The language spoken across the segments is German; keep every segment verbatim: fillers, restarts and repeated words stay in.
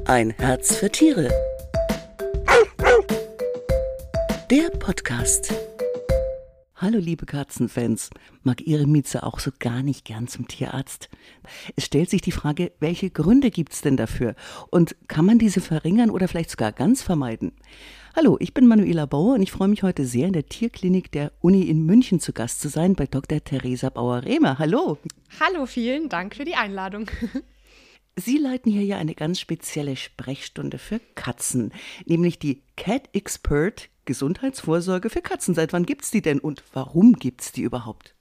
Ein Herz für Tiere. Der Podcast. Hallo liebe Katzenfans, mag Ihre Mieze auch so gar nicht gern zum Tierarzt? Es stellt sich die Frage, welche Gründe gibt's denn dafür? Und kann man diese verringern oder vielleicht sogar ganz vermeiden? Hallo, ich bin Manuela Bauer und ich freue mich heute sehr, in der Tierklinik der Uni in München zu Gast zu sein, bei Doktor Theresa Bauer-Rehmer. Hallo. Hallo, vielen Dank für die Einladung. Sie leiten hier ja eine ganz spezielle Sprechstunde für Katzen, nämlich die Cat Expert Gesundheitsvorsorge für Katzen. Seit wann gibt's die denn und warum gibt's die überhaupt?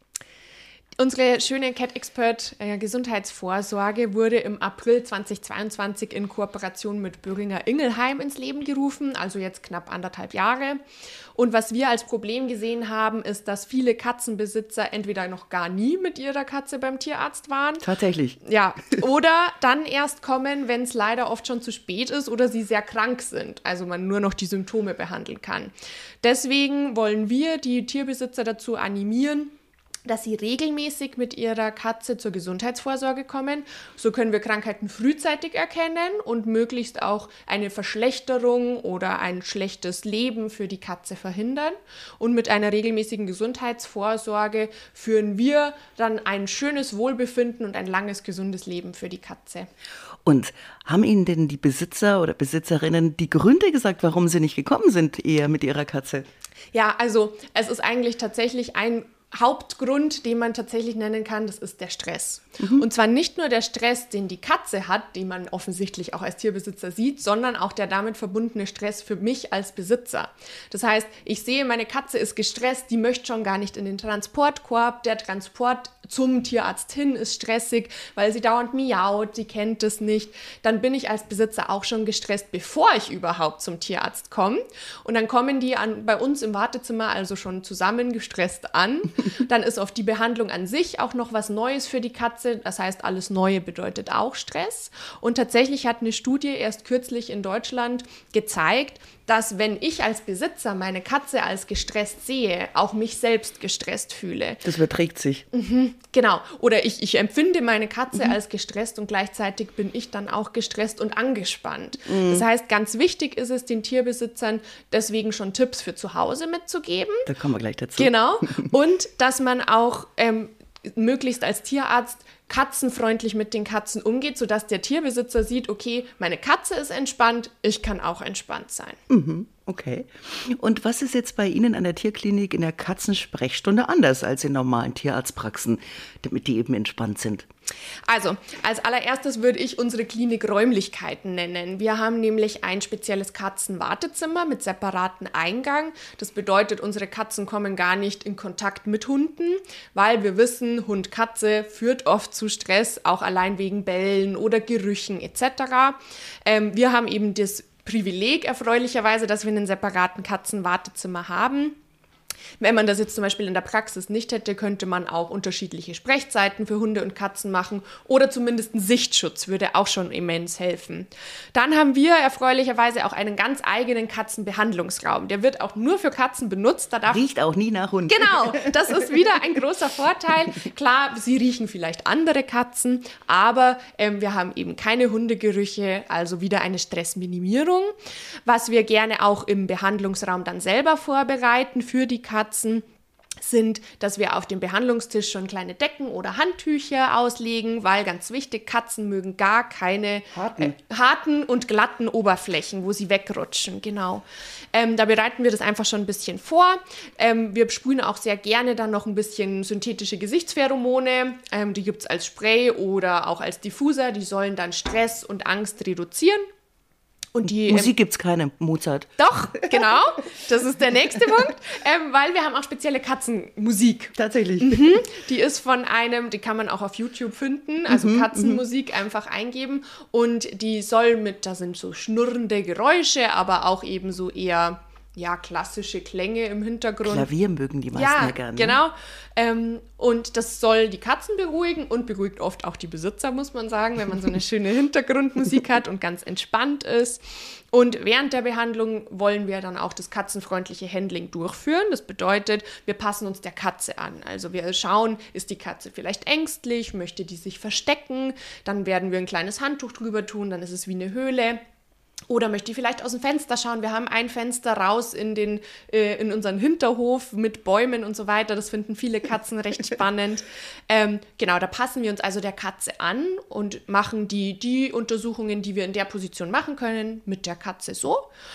Unsere schöne Cat Expert äh, Gesundheitsvorsorge wurde im April zweitausendzweiundzwanzig in Kooperation mit Boehringer Ingelheim ins Leben gerufen, also jetzt knapp anderthalb Jahre. Und was wir als Problem gesehen haben, ist, dass viele Katzenbesitzer entweder noch gar nie mit ihrer Katze beim Tierarzt waren. Tatsächlich. Ja, oder dann erst kommen, wenn es leider oft schon zu spät ist oder sie sehr krank sind, also man nur noch die Symptome behandeln kann. Deswegen wollen wir die Tierbesitzer dazu animieren, dass sie regelmäßig mit ihrer Katze zur Gesundheitsvorsorge kommen. So können wir Krankheiten frühzeitig erkennen und möglichst auch eine Verschlechterung oder ein schlechtes Leben für die Katze verhindern. Und mit einer regelmäßigen Gesundheitsvorsorge führen wir dann ein schönes Wohlbefinden und ein langes, gesundes Leben für die Katze. Und haben Ihnen denn die Besitzer oder Besitzerinnen die Gründe gesagt, warum sie nicht gekommen sind eher mit ihrer Katze? Ja, also es ist eigentlich tatsächlich ein Hauptgrund, den man tatsächlich nennen kann, das ist der Stress. Mhm. Und zwar nicht nur der Stress, den die Katze hat, den man offensichtlich auch als Tierbesitzer sieht, sondern auch der damit verbundene Stress für mich als Besitzer. Das heißt, ich sehe, meine Katze ist gestresst, die möchte schon gar nicht in den Transportkorb. Der Transport zum Tierarzt hin ist stressig, weil sie dauernd miaut, sie kennt es nicht. Dann bin ich als Besitzer auch schon gestresst, bevor ich überhaupt zum Tierarzt komme. Und dann kommen die an, bei uns im Wartezimmer also schon zusammen gestresst an. Dann ist auf die Behandlung an sich auch noch was Neues für die Katze. Das heißt, alles Neue bedeutet auch Stress. Und tatsächlich hat eine Studie erst kürzlich in Deutschland gezeigt, dass wenn ich als Besitzer meine Katze als gestresst sehe, auch mich selbst gestresst fühle. Das überträgt sich. Mhm, genau. Oder ich, ich empfinde meine Katze mhm. als gestresst und gleichzeitig bin ich dann auch gestresst und angespannt. Mhm. Das heißt, ganz wichtig ist es, den Tierbesitzern deswegen schon Tipps für zu Hause mitzugeben. Da kommen wir gleich dazu. Genau. Und dass man auch ähm, möglichst als Tierarzt katzenfreundlich mit den Katzen umgeht, sodass der Tierbesitzer sieht, okay, meine Katze ist entspannt, ich kann auch entspannt sein. Mhm, okay. Und was ist jetzt bei Ihnen an der Tierklinik in der Katzensprechstunde anders als in normalen Tierarztpraxen, damit die eben entspannt sind? Also, als allererstes würde ich unsere Klinik Räumlichkeiten nennen. Wir haben nämlich ein spezielles Katzenwartezimmer mit separatem Eingang. Das bedeutet, unsere Katzen kommen gar nicht in Kontakt mit Hunden, weil wir wissen, Hund-Katze führt oft zu Stress, auch allein wegen Bellen oder Gerüchen et cetera. Ähm, wir haben eben das Privileg erfreulicherweise, dass wir einen separaten Katzenwartezimmer haben. Wenn man das jetzt zum Beispiel in der Praxis nicht hätte, könnte man auch unterschiedliche Sprechzeiten für Hunde und Katzen machen oder zumindest ein Sichtschutz würde auch schon immens helfen. Dann haben wir erfreulicherweise auch einen ganz eigenen Katzenbehandlungsraum. Der wird auch nur für Katzen benutzt. Da darf Riecht auch nie nach Hund. Genau, das ist wieder ein großer Vorteil. Klar, sie riechen vielleicht andere Katzen, aber ähm, wir haben eben keine Hundegerüche, also wieder eine Stressminimierung. Was wir gerne auch im Behandlungsraum dann selber vorbereiten für die Katzen, sind, dass wir auf dem Behandlungstisch schon kleine Decken oder Handtücher auslegen, weil ganz wichtig, Katzen mögen gar keine harten, äh, harten und glatten Oberflächen, wo sie wegrutschen, genau. Ähm, da bereiten wir das einfach schon ein bisschen vor. Ähm, wir sprühen auch sehr gerne dann noch ein bisschen synthetische Gesichtspheromone. Ähm, die gibt es als Spray oder auch als Diffuser. Die sollen dann Stress und Angst reduzieren. Und die, Musik ähm, gibt's keine, Mozart. Doch, genau. Das ist der nächste Punkt, ähm, weil wir haben auch spezielle Katzenmusik. Tatsächlich. Mhm. Die ist von einem, die kann man auch auf YouTube finden, also mhm, Katzenmusik einfach eingeben und die soll mit, da sind so schnurrende Geräusche, aber auch eben so eher ja, klassische Klänge im Hintergrund. Klavier mögen die meisten ja, ja gerne. Genau. Ähm, und das soll die Katzen beruhigen und beruhigt oft auch die Besitzer, muss man sagen, wenn man so eine schöne Hintergrundmusik hat und ganz entspannt ist. Und während der Behandlung wollen wir dann auch das katzenfreundliche Handling durchführen. Das bedeutet, wir passen uns der Katze an. Also wir schauen, ist die Katze vielleicht ängstlich, möchte die sich verstecken? Dann werden wir ein kleines Handtuch drüber tun, dann ist es wie eine Höhle. Oder möchte ich vielleicht aus dem Fenster schauen? Wir haben ein Fenster raus in, den, äh, in unseren Hinterhof mit Bäumen und so weiter. Das finden viele Katzen recht spannend. Ähm, genau, da passen wir uns also der Katze an und machen die, die Untersuchungen, die wir in der Position machen können, mit der Katze so.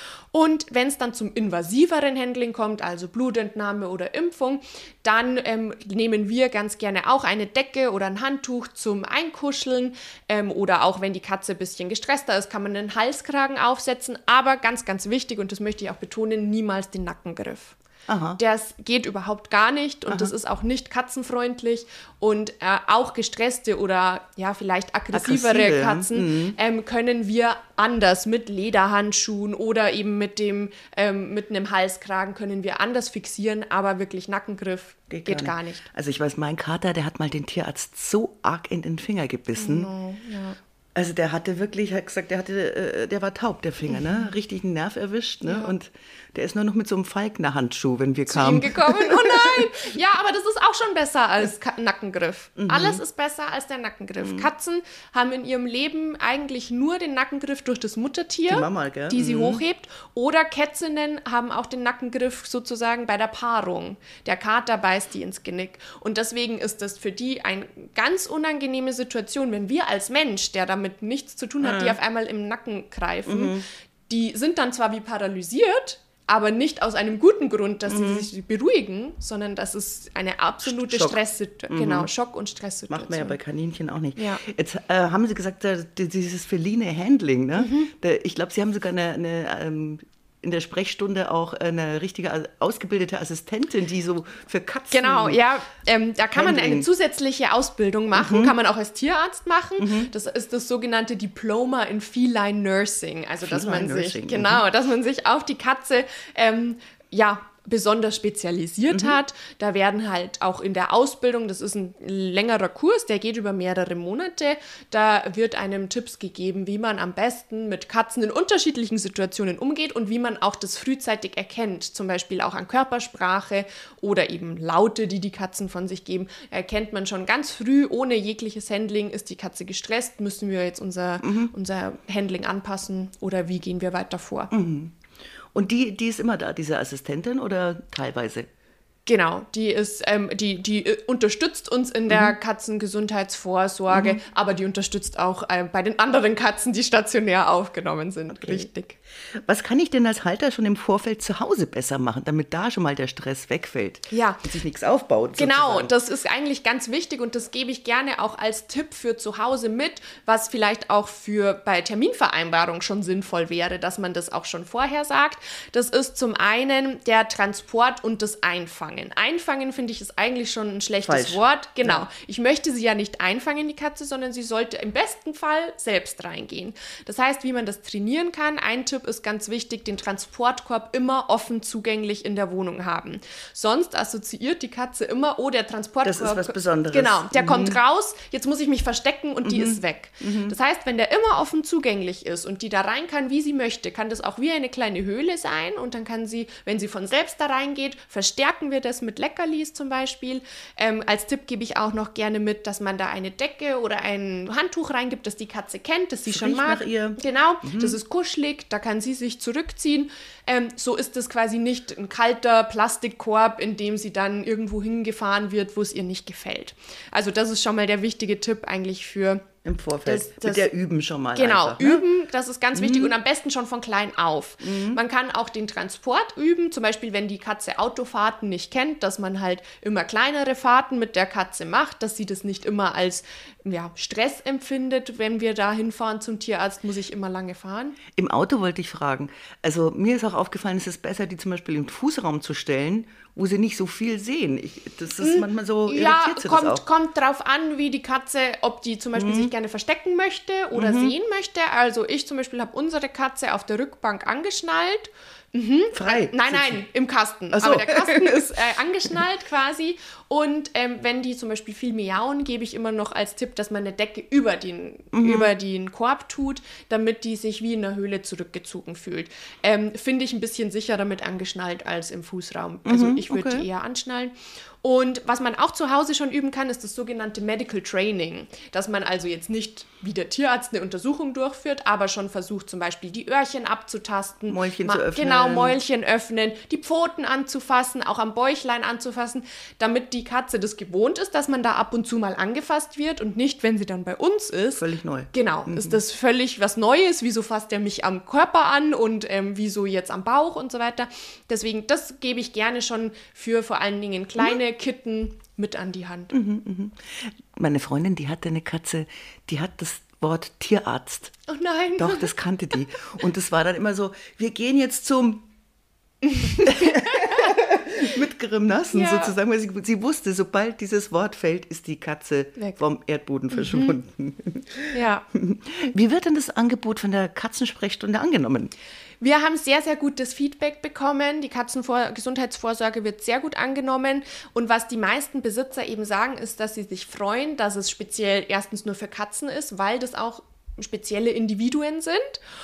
Und wenn es dann zum invasiveren Handling kommt, also Blutentnahme oder Impfung, dann ähm, nehmen wir ganz gerne auch eine Decke oder ein Handtuch zum Einkuscheln. Ähm, oder auch wenn die Katze ein bisschen gestresster ist, kann man einen Halskragen aufsetzen. Aber ganz, ganz wichtig, und das möchte ich auch betonen, niemals den Nackengriff. Aha. Das geht überhaupt gar nicht und Aha. das ist auch nicht katzenfreundlich und äh, auch gestresste oder ja vielleicht aggressivere Aggressive. Katzen mhm. ähm, können wir anders mit Lederhandschuhen oder eben mit dem ähm, mit einem Halskragen können wir anders fixieren, aber wirklich Nackengriff geht, geht gar, nicht. gar nicht. Also ich weiß, mein Kater, der hat mal den Tierarzt so arg in den Finger gebissen. Oh, ja. Also der hatte wirklich, hat gesagt, der hatte, äh, der war taub, der Finger, ne? Richtig einen Nerv erwischt, ne? Ja. Und der ist nur noch mit so einem Falkner-Handschuh, wenn wir zu kamen. Ihm gekommen. Oh nein! Ja, aber das ist auch schon besser als Ka- Nackengriff. Mhm. Alles ist besser als der Nackengriff. Mhm. Katzen haben in ihrem Leben eigentlich nur den Nackengriff durch das Muttertier, die, Mama, gell? die sie mhm. hochhebt. Oder Kätzinnen haben auch den Nackengriff sozusagen bei der Paarung. Der Kater beißt die ins Genick. Und deswegen ist das für die eine ganz unangenehme Situation, wenn wir als Mensch, der damit nichts zu tun hat, mhm. die auf einmal im Nacken greifen. Mhm. Die sind dann zwar wie paralysiert, aber nicht aus einem guten Grund, dass mhm. sie sich beruhigen, sondern das ist eine absolute Schock. Stresssituation. Mhm. Genau, Schock- und Stresssituation. Macht man ja bei Kaninchen auch nicht. Ja. Jetzt äh, haben Sie gesagt, da, dieses feline Handling, ne? Mhm. Da, ich glaube, Sie haben sogar eine, eine ähm, in der Sprechstunde auch eine richtige ausgebildete Assistentin, die so für Katzen... Genau, ja, ähm, da kann Handling. man eine zusätzliche Ausbildung machen, mhm. kann man auch als Tierarzt machen. Mhm. Das ist das sogenannte Diploma in Feline Nursing. Also, Feline dass man sich, Nursing. genau, mhm. dass man sich auf die Katze, ähm, ja, besonders spezialisiert mhm. hat. Da werden halt auch in der Ausbildung, das ist ein längerer Kurs, der geht über mehrere Monate, da wird einem Tipps gegeben, wie man am besten mit Katzen in unterschiedlichen Situationen umgeht und wie man auch das frühzeitig erkennt, zum Beispiel auch an Körpersprache oder eben Laute, die die Katzen von sich geben, erkennt man schon ganz früh, ohne jegliches Handling, ist die Katze gestresst, müssen wir jetzt unser, mhm. unser Handling anpassen oder wie gehen wir weiter vor. Mhm. Und die, die ist immer da, diese Assistentin, oder teilweise? Genau, die ist, ähm, die, die äh, unterstützt uns in der mhm. Katzengesundheitsvorsorge, mhm. aber die unterstützt auch äh, bei den anderen Katzen, die stationär aufgenommen sind. Okay. Richtig. Was kann ich denn als Halter schon im Vorfeld zu Hause besser machen, damit da schon mal der Stress wegfällt? Ja. Und sich nichts aufbaut. Genau, sozusagen. Das ist eigentlich ganz wichtig und das gebe ich gerne auch als Tipp für zu Hause mit, was vielleicht auch für bei Terminvereinbarung schon sinnvoll wäre, dass man das auch schon vorher sagt. Das ist zum einen der Transport und das Einfangen. Einfangen, finde ich, ist eigentlich schon ein schlechtes Falsch. Wort. Genau. Ja. Ich möchte sie ja nicht einfangen, die Katze, sondern sie sollte im besten Fall selbst reingehen. Das heißt, wie man das trainieren kann, ein Tipp ist ganz wichtig, den Transportkorb immer offen zugänglich in der Wohnung haben. Sonst assoziiert die Katze immer, oh, der Transportkorb... Das ist was Besonderes. Genau, der mhm. kommt raus, jetzt muss ich mich verstecken und mhm. die ist weg. Mhm. Das heißt, wenn der immer offen zugänglich ist und die da rein kann, wie sie möchte, kann das auch wie eine kleine Höhle sein und dann kann sie, wenn sie von selbst da reingeht, verstärken wir das mit Leckerlis zum Beispiel. Ähm, als Tipp gebe ich auch noch gerne mit, dass man da eine Decke oder ein Handtuch reingibt, das die Katze kennt, das sie das schon mag. Nach ihr. Genau, mhm. das ist kuschelig, da kann sie sich zurückziehen. Ähm, so ist es quasi nicht ein kalter Plastikkorb, in dem sie dann irgendwo hingefahren wird, wo es ihr nicht gefällt. Also das ist schon mal der wichtige Tipp eigentlich für im Vorfeld, das, das, mit der Üben schon mal. Genau, einfach, ne? Üben, das ist ganz wichtig mhm. und am besten schon von klein auf. Mhm. Man kann auch den Transport üben, zum Beispiel wenn die Katze Autofahrten nicht kennt, dass man halt immer kleinere Fahrten mit der Katze macht, dass sie das nicht immer als ja, Stress empfindet. Wenn wir da hinfahren zum Tierarzt, muss ich immer lange fahren. Im Auto wollte ich fragen, also mir ist auch aufgefallen, es ist besser, die zum Beispiel im Fußraum zu stellen, wo sie nicht so viel sehen. Ich, das ist manchmal so, ja, irritiert sie kommt, das auch. kommt drauf an, wie die Katze, ob die zum Beispiel mhm. sich gerne verstecken möchte oder mhm. sehen möchte. Also ich zum Beispiel habe unsere Katze auf der Rückbank angeschnallt. Mhm. Frei? Nein, nein, im Kasten. Ach so. Aber der Kasten ist äh, angeschnallt quasi. Und ähm, wenn die zum Beispiel viel miauen, gebe ich immer noch als Tipp, dass man eine Decke über den, mhm. über den Korb tut, damit die sich wie in der Höhle zurückgezogen fühlt. Ähm, finde ich ein bisschen sicherer mit angeschnallt als im Fußraum. Also mhm, ich würde okay. die eher anschnallen. Und was man auch zu Hause schon üben kann, ist das sogenannte Medical Training, dass man also jetzt nicht wie der Tierarzt eine Untersuchung durchführt, aber schon versucht zum Beispiel die Öhrchen abzutasten. Mäulchen ma- zu öffnen. Genau, Mäulchen öffnen, die Pfoten anzufassen, auch am Bäuchlein anzufassen, damit die Katze das gewohnt ist, dass man da ab und zu mal angefasst wird und nicht, wenn sie dann bei uns ist. Völlig neu. Genau, mhm. ist das völlig was Neues, wieso fasst er mich am Körper an und ähm, wieso jetzt am Bauch und so weiter. Deswegen, das gebe ich gerne schon für vor allen Dingen kleine mhm. Kitten mit an die Hand. Mhm, mhm. Meine Freundin, die hatte eine Katze, die hat das Wort Tierarzt. Oh nein. Doch, das kannte die. Und das war dann immer so, wir gehen jetzt zum... mit Grimassen ja. sozusagen, weil sie, sie wusste, sobald dieses Wort fällt, ist die Katze Weg. Vom Erdboden verschwunden. Mhm. Ja. Wie wird denn das Angebot von der Katzensprechstunde angenommen? Wir haben sehr, sehr gutes Feedback bekommen. Die Katzengesundheitsvorsorge wird sehr gut angenommen. Und was die meisten Besitzer eben sagen, ist, dass sie sich freuen, dass es speziell erstens nur für Katzen ist, weil das auch spezielle Individuen sind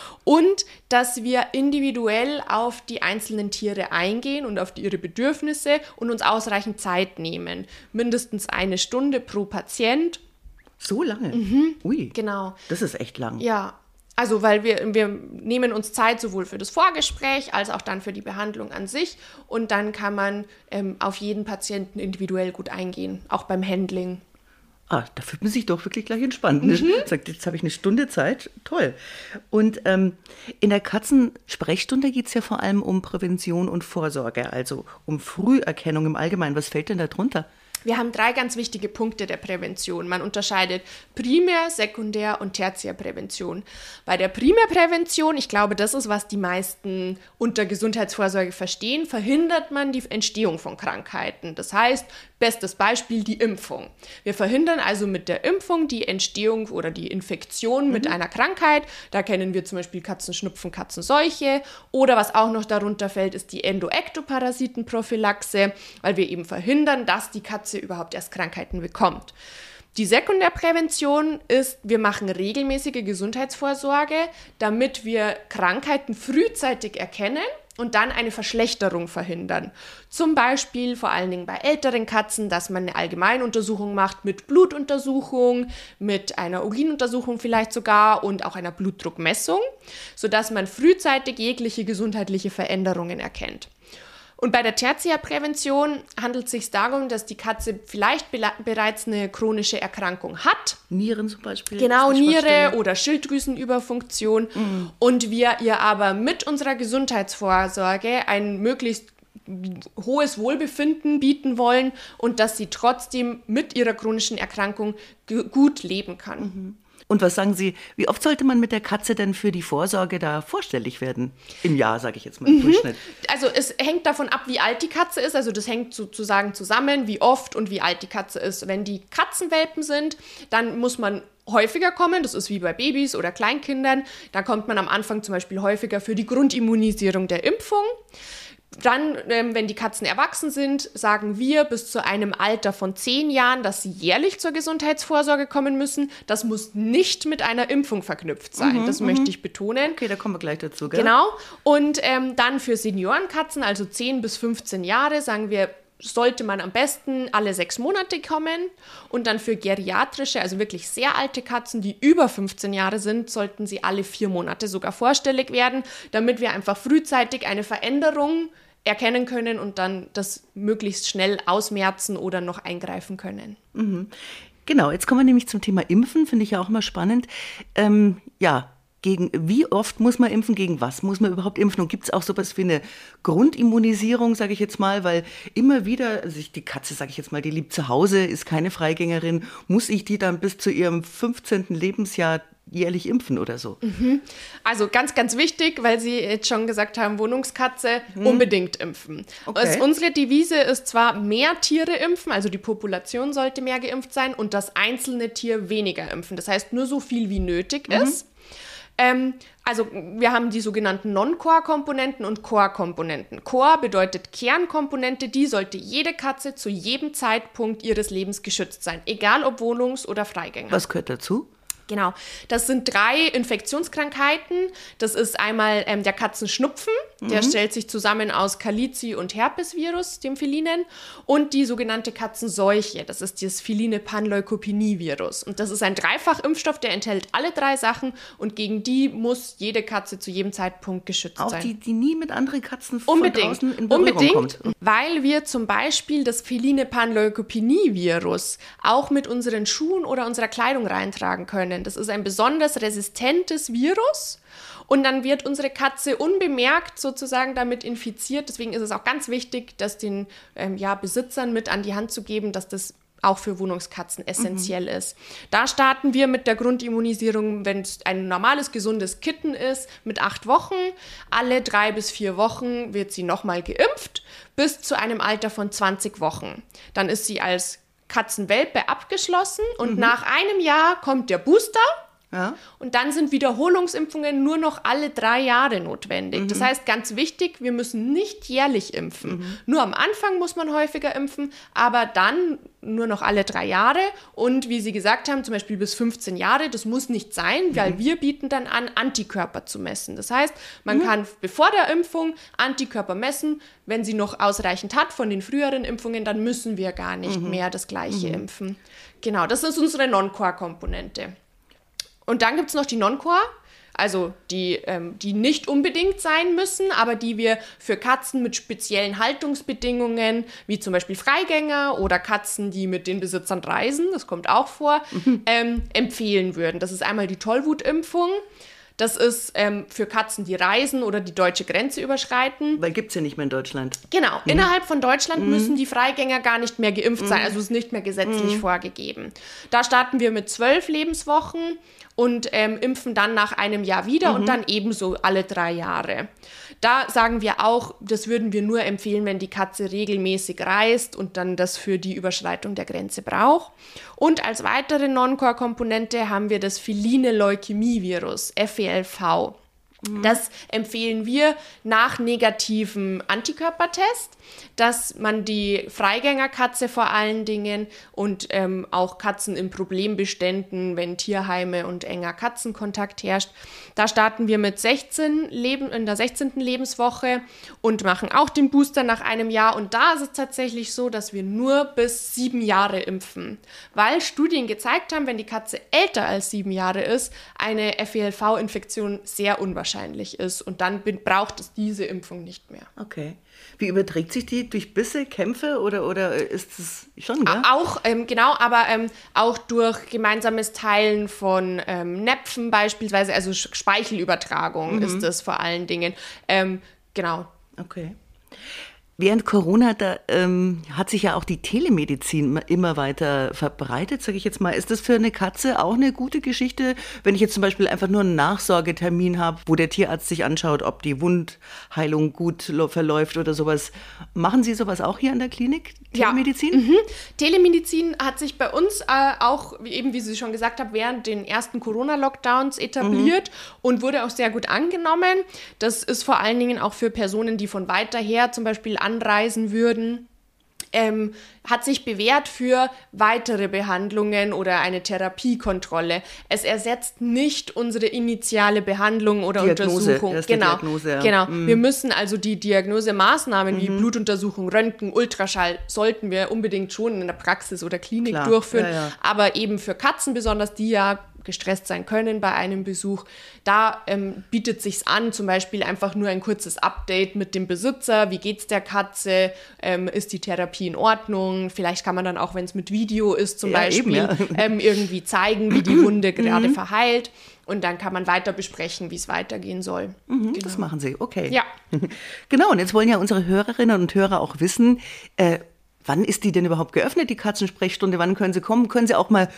und dass wir individuell auf die einzelnen Tiere eingehen und auf die, ihre Bedürfnisse und uns ausreichend Zeit nehmen. Mindestens eine Stunde pro Patient. So lange? Mhm. Ui, genau. Das ist echt lang. Ja, also weil wir, wir nehmen uns Zeit sowohl für das Vorgespräch als auch dann für die Behandlung an sich und dann kann man ähm, auf jeden Patienten individuell gut eingehen, auch beim Handling. Ah, da fühlt man sich doch wirklich gleich entspannt. Mhm. Sagt, jetzt habe ich eine Stunde Zeit. Toll. Und ähm, in der Katzensprechstunde geht es ja vor allem um Prävention und Vorsorge, also um Früherkennung im Allgemeinen. Was fällt denn da drunter? Wir haben drei ganz wichtige Punkte der Prävention. Man unterscheidet Primär-, Sekundär- und Tertiärprävention. Bei der Primärprävention, ich glaube, das ist, was die meisten unter Gesundheitsvorsorge verstehen, verhindert man die Entstehung von Krankheiten. Das heißt, bestes Beispiel die Impfung. Wir verhindern also mit der Impfung die Entstehung oder die Infektion mhm. mit einer Krankheit. Da kennen wir zum Beispiel Katzenschnupfen, Katzenseuche. Oder was auch noch darunter fällt, ist die Endoektoparasitenprophylaxe, weil wir eben verhindern, dass die Katze überhaupt erst Krankheiten bekommt. Die Sekundärprävention ist, wir machen regelmäßige Gesundheitsvorsorge, damit wir Krankheiten frühzeitig erkennen und dann eine Verschlechterung verhindern. Zum Beispiel vor allen Dingen bei älteren Katzen, dass man eine Allgemeinuntersuchung macht mit Blutuntersuchung, mit einer Urinuntersuchung vielleicht sogar und auch einer Blutdruckmessung, sodass man frühzeitig jegliche gesundheitliche Veränderungen erkennt. Und bei der Tertiärprävention handelt es sich darum, dass die Katze vielleicht be- bereits eine chronische Erkrankung hat. Nieren zum Beispiel. Genau, Niere oder Schilddrüsenüberfunktion. Mhm. Und wir ihr aber mit unserer Gesundheitsvorsorge ein möglichst hohes Wohlbefinden bieten wollen und dass sie trotzdem mit ihrer chronischen Erkrankung g- gut leben kann. Mhm. Und was sagen Sie, wie oft sollte man mit der Katze denn für die Vorsorge da vorstellig werden? Im Jahr, sage ich jetzt mal im mhm. Durchschnitt. Also es hängt davon ab, wie alt die Katze ist. Also das hängt sozusagen zusammen, wie oft und wie alt die Katze ist. Wenn die Katzenwelpen sind, dann muss man häufiger kommen. Das ist wie bei Babys oder Kleinkindern. Da kommt man am Anfang zum Beispiel häufiger für die Grundimmunisierung der Impfung. Dann, ähm, wenn die Katzen erwachsen sind, sagen wir bis zu einem Alter von zehn Jahren, dass sie jährlich zur Gesundheitsvorsorge kommen müssen. Das muss nicht mit einer Impfung verknüpft sein. Mhm, das m- möchte ich betonen. Okay, da kommen wir gleich dazu, gell? Genau. Und ähm, dann für Seniorenkatzen, also zehn bis fünfzehn Jahre, sagen wir, sollte man am besten alle sechs Monate kommen. Und dann für geriatrische, also wirklich sehr alte Katzen, die über fünfzehn Jahre sind, sollten sie alle vier Monate sogar vorstellig werden, damit wir einfach frühzeitig eine Veränderung erkennen können und dann das möglichst schnell ausmerzen oder noch eingreifen können. Mhm. Genau, jetzt kommen wir nämlich zum Thema Impfen, finde ich ja auch immer spannend. Ähm, ja, gegen wie oft muss man impfen, gegen was muss man überhaupt impfen? Und gibt es auch sowas wie eine Grundimmunisierung, sage ich jetzt mal, weil immer wieder, also ich, die Katze, sage ich jetzt mal, die lebt zu Hause, ist keine Freigängerin, muss ich die dann bis zu ihrem fünfzehnten Lebensjahr jährlich impfen oder so? Mhm. Also ganz, ganz wichtig, weil Sie jetzt schon gesagt haben, Wohnungskatze, mhm. unbedingt impfen. Okay. Also unsere Devise ist zwar mehr Tiere impfen, also die Population sollte mehr geimpft sein und das einzelne Tier weniger impfen. Das heißt nur so viel wie nötig mhm. ist. Ähm, Also wir haben die sogenannten Non-Core-Komponenten und Core-Komponenten. Core bedeutet Kernkomponente, die sollte jede Katze zu jedem Zeitpunkt ihres Lebens geschützt sein, egal ob Wohnungs- oder Freigänger. Was gehört dazu? Genau, das sind drei Infektionskrankheiten. Das ist einmal ähm, der Katzenschnupfen, der mhm. stellt sich zusammen aus Calici- und Herpesvirus, dem Felinen, und die sogenannte Katzenseuche, das ist das feline Panleukopenie-Virus. Und das ist ein Dreifachimpfstoff, der enthält alle drei Sachen und gegen die muss jede Katze zu jedem Zeitpunkt geschützt Auch sein. Auch die, die nie mit anderen Katzen von Unbedingt. draußen in Berührung Unbedingt, kommt. Weil wir zum Beispiel das feline Panleukopenie-Virus auch mit unseren Schuhen oder unserer Kleidung reintragen können. Das ist ein besonders resistentes Virus und dann wird unsere Katze unbemerkt sozusagen damit infiziert. Deswegen ist es auch ganz wichtig, das den ähm, ja, Besitzern mit an die Hand zu geben, dass das auch für Wohnungskatzen essentiell mhm. ist. Da starten wir mit der Grundimmunisierung, wenn es ein normales, gesundes Kitten ist, mit acht Wochen. Alle drei bis vier Wochen wird sie nochmal geimpft, bis zu einem Alter von zwanzig Wochen. Dann ist sie als Katzenwelpe abgeschlossen und mhm. nach einem Jahr kommt der Booster. Ja. Und dann sind Wiederholungsimpfungen nur noch alle drei Jahre notwendig. Mhm. Das heißt, ganz wichtig, wir müssen nicht jährlich impfen. Mhm. Nur am Anfang muss man häufiger impfen, aber dann nur noch alle drei Jahre. Und wie Sie gesagt haben, zum Beispiel bis fünfzehn Jahre, das muss nicht sein, mhm. weil wir bieten dann an, Antikörper zu messen. Das heißt, man mhm. kann bevor der Impfung Antikörper messen. Wenn sie noch ausreichend hat von den früheren Impfungen, dann müssen wir gar nicht mhm. mehr das Gleiche mhm. impfen. Genau, das ist unsere Non-Core-Komponente. Und dann gibt es noch die Non-Core, also die, ähm, die nicht unbedingt sein müssen, aber die wir für Katzen mit speziellen Haltungsbedingungen, wie zum Beispiel Freigänger oder Katzen, die mit den Besitzern reisen, das kommt auch vor, mhm. ähm, empfehlen würden. Das ist einmal die Tollwutimpfung. Das ist ähm, für Katzen, die reisen oder die deutsche Grenze überschreiten. Weil gibt es ja nicht mehr in Deutschland. Genau. Mhm. Innerhalb von Deutschland mhm. müssen die Freigänger gar nicht mehr geimpft mhm. sein. Also es ist nicht mehr gesetzlich mhm. vorgegeben. Da starten wir mit zwölf Lebenswochen und ähm, impfen dann nach einem Jahr wieder mhm. und dann ebenso alle drei Jahre. Da sagen wir auch, das würden wir nur empfehlen, wenn die Katze regelmäßig reist und dann das für die Überschreitung der Grenze braucht. Und als weitere Non-Core-Komponente haben wir das feline Leukämie-Virus, F E L V. Das empfehlen wir nach negativem Antikörpertest, dass man die Freigängerkatze vor allen Dingen und ähm, auch Katzen in Problembeständen, wenn Tierheime und enger Katzenkontakt herrscht, da starten wir mit sechzehn Leben, in der sechzehnten Lebenswoche und machen auch den Booster nach einem Jahr. Und da ist es tatsächlich so, dass wir nur bis sieben Jahre impfen, weil Studien gezeigt haben, wenn die Katze älter als sieben Jahre ist, eine F E L V-Infektion sehr unwahrscheinlich ist und dann braucht es diese Impfung nicht mehr. Okay. Wie überträgt sich die? Durch Bisse, Kämpfe oder, oder ist es schon, ja? Auch, ähm, genau, aber ähm, auch durch gemeinsames Teilen von ähm, Näpfen beispielsweise, also Speichelübertragung mhm. ist das vor allen Dingen. Ähm, genau. Okay. Während Corona, da ähm, hat sich ja auch die Telemedizin immer weiter verbreitet, sage ich jetzt mal. Ist das für eine Katze auch eine gute Geschichte, wenn ich jetzt zum Beispiel einfach nur einen Nachsorgetermin habe, wo der Tierarzt sich anschaut, ob die Wundheilung gut verläuft oder sowas? Machen Sie sowas auch hier an der Klinik, Telemedizin? Ja. Mhm. Telemedizin hat sich bei uns äh, auch, eben wie Sie schon gesagt haben, während den ersten Corona-Lockdowns etabliert mhm. und wurde auch sehr gut angenommen. Das ist vor allen Dingen auch für Personen, die von weiter her zum Beispiel anreisen würden, ähm, hat sich bewährt für weitere Behandlungen oder eine Therapiekontrolle. Es ersetzt nicht unsere initiale Behandlung oder Diagnose, Untersuchung. Erste genau, Diagnose, ja. genau. Mhm. Wir müssen also die Diagnosemaßnahmen mhm. wie Blutuntersuchung, Röntgen, Ultraschall sollten wir unbedingt schon in der Praxis oder Klinik Klar. durchführen. Ja, ja. Aber eben für Katzen besonders, die ja gestresst sein können bei einem Besuch. Da ähm, bietet sich's an, zum Beispiel einfach nur ein kurzes Update mit dem Besitzer. Wie geht's der Katze? Ähm, ist die Therapie in Ordnung? Vielleicht kann man dann auch, wenn es mit Video ist, zum ja, Beispiel eben, ja. ähm, irgendwie zeigen, wie die Wunde gerade verheilt. Und dann kann man weiter besprechen, wie es weitergehen soll. Mhm, genau. Das machen Sie, okay. Ja. Genau, und jetzt wollen ja unsere Hörerinnen und Hörer auch wissen, äh, wann ist die denn überhaupt geöffnet, die Katzensprechstunde? Wann können Sie kommen? Können Sie auch mal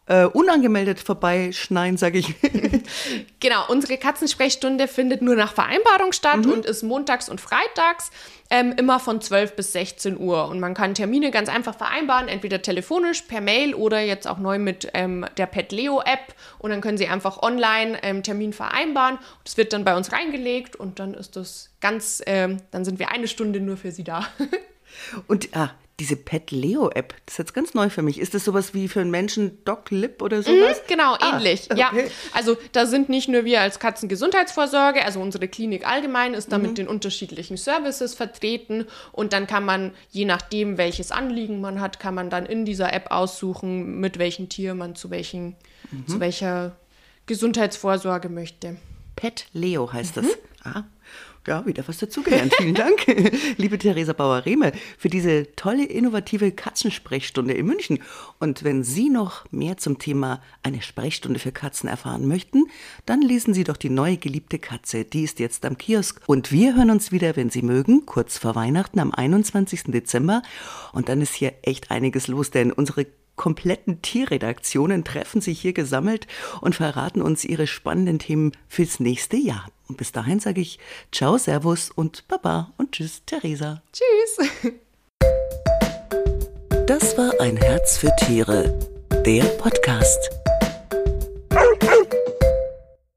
äh, unangemeldet vorbeischneien, sage ich. Genau, unsere Katzensprechstunde findet nur nach Vereinbarung statt mhm. und ist montags und freitags ähm, immer von zwölf bis sechzehn Uhr. Und man kann Termine ganz einfach vereinbaren, entweder telefonisch, per Mail oder jetzt auch neu mit ähm, der PetLeo-App. Und dann können Sie einfach online ähm, Termin vereinbaren. Das wird dann bei uns reingelegt und dann ist das ganz, ähm, dann sind wir eine Stunde nur für Sie da. Und ah, diese PetLeo-App, das ist jetzt ganz neu für mich. Ist das sowas wie für einen Menschen DocLib oder sowas? Mhm, genau, ah, ähnlich. Okay. Ja, also da sind nicht nur wir als Katzengesundheitsvorsorge, also unsere Klinik allgemein ist da mhm. mit den unterschiedlichen Services vertreten und dann kann man, je nachdem welches Anliegen man hat, kann man dann in dieser App aussuchen, mit welchem Tier man zu, welchen, mhm. zu welcher Gesundheitsvorsorge möchte. PetLeo heißt das. Mhm. Ah. Ja, wieder was dazugelernt. Vielen Dank, liebe Theresa Bauer-Rehme, für diese tolle, innovative Katzensprechstunde in München. Und wenn Sie noch mehr zum Thema eine Sprechstunde für Katzen erfahren möchten, dann lesen Sie doch die neue geliebte Katze. Die ist jetzt am Kiosk. Und wir hören uns wieder, wenn Sie mögen, kurz vor Weihnachten am einundzwanzigsten Dezember. Und dann ist hier echt einiges los, denn unsere kompletten Tierredaktionen treffen sich hier gesammelt und verraten uns ihre spannenden Themen fürs nächste Jahr. Und bis dahin sage ich Ciao, Servus und Baba und Tschüss, Theresa. Tschüss. Das war Ein Herz für Tiere, der Podcast.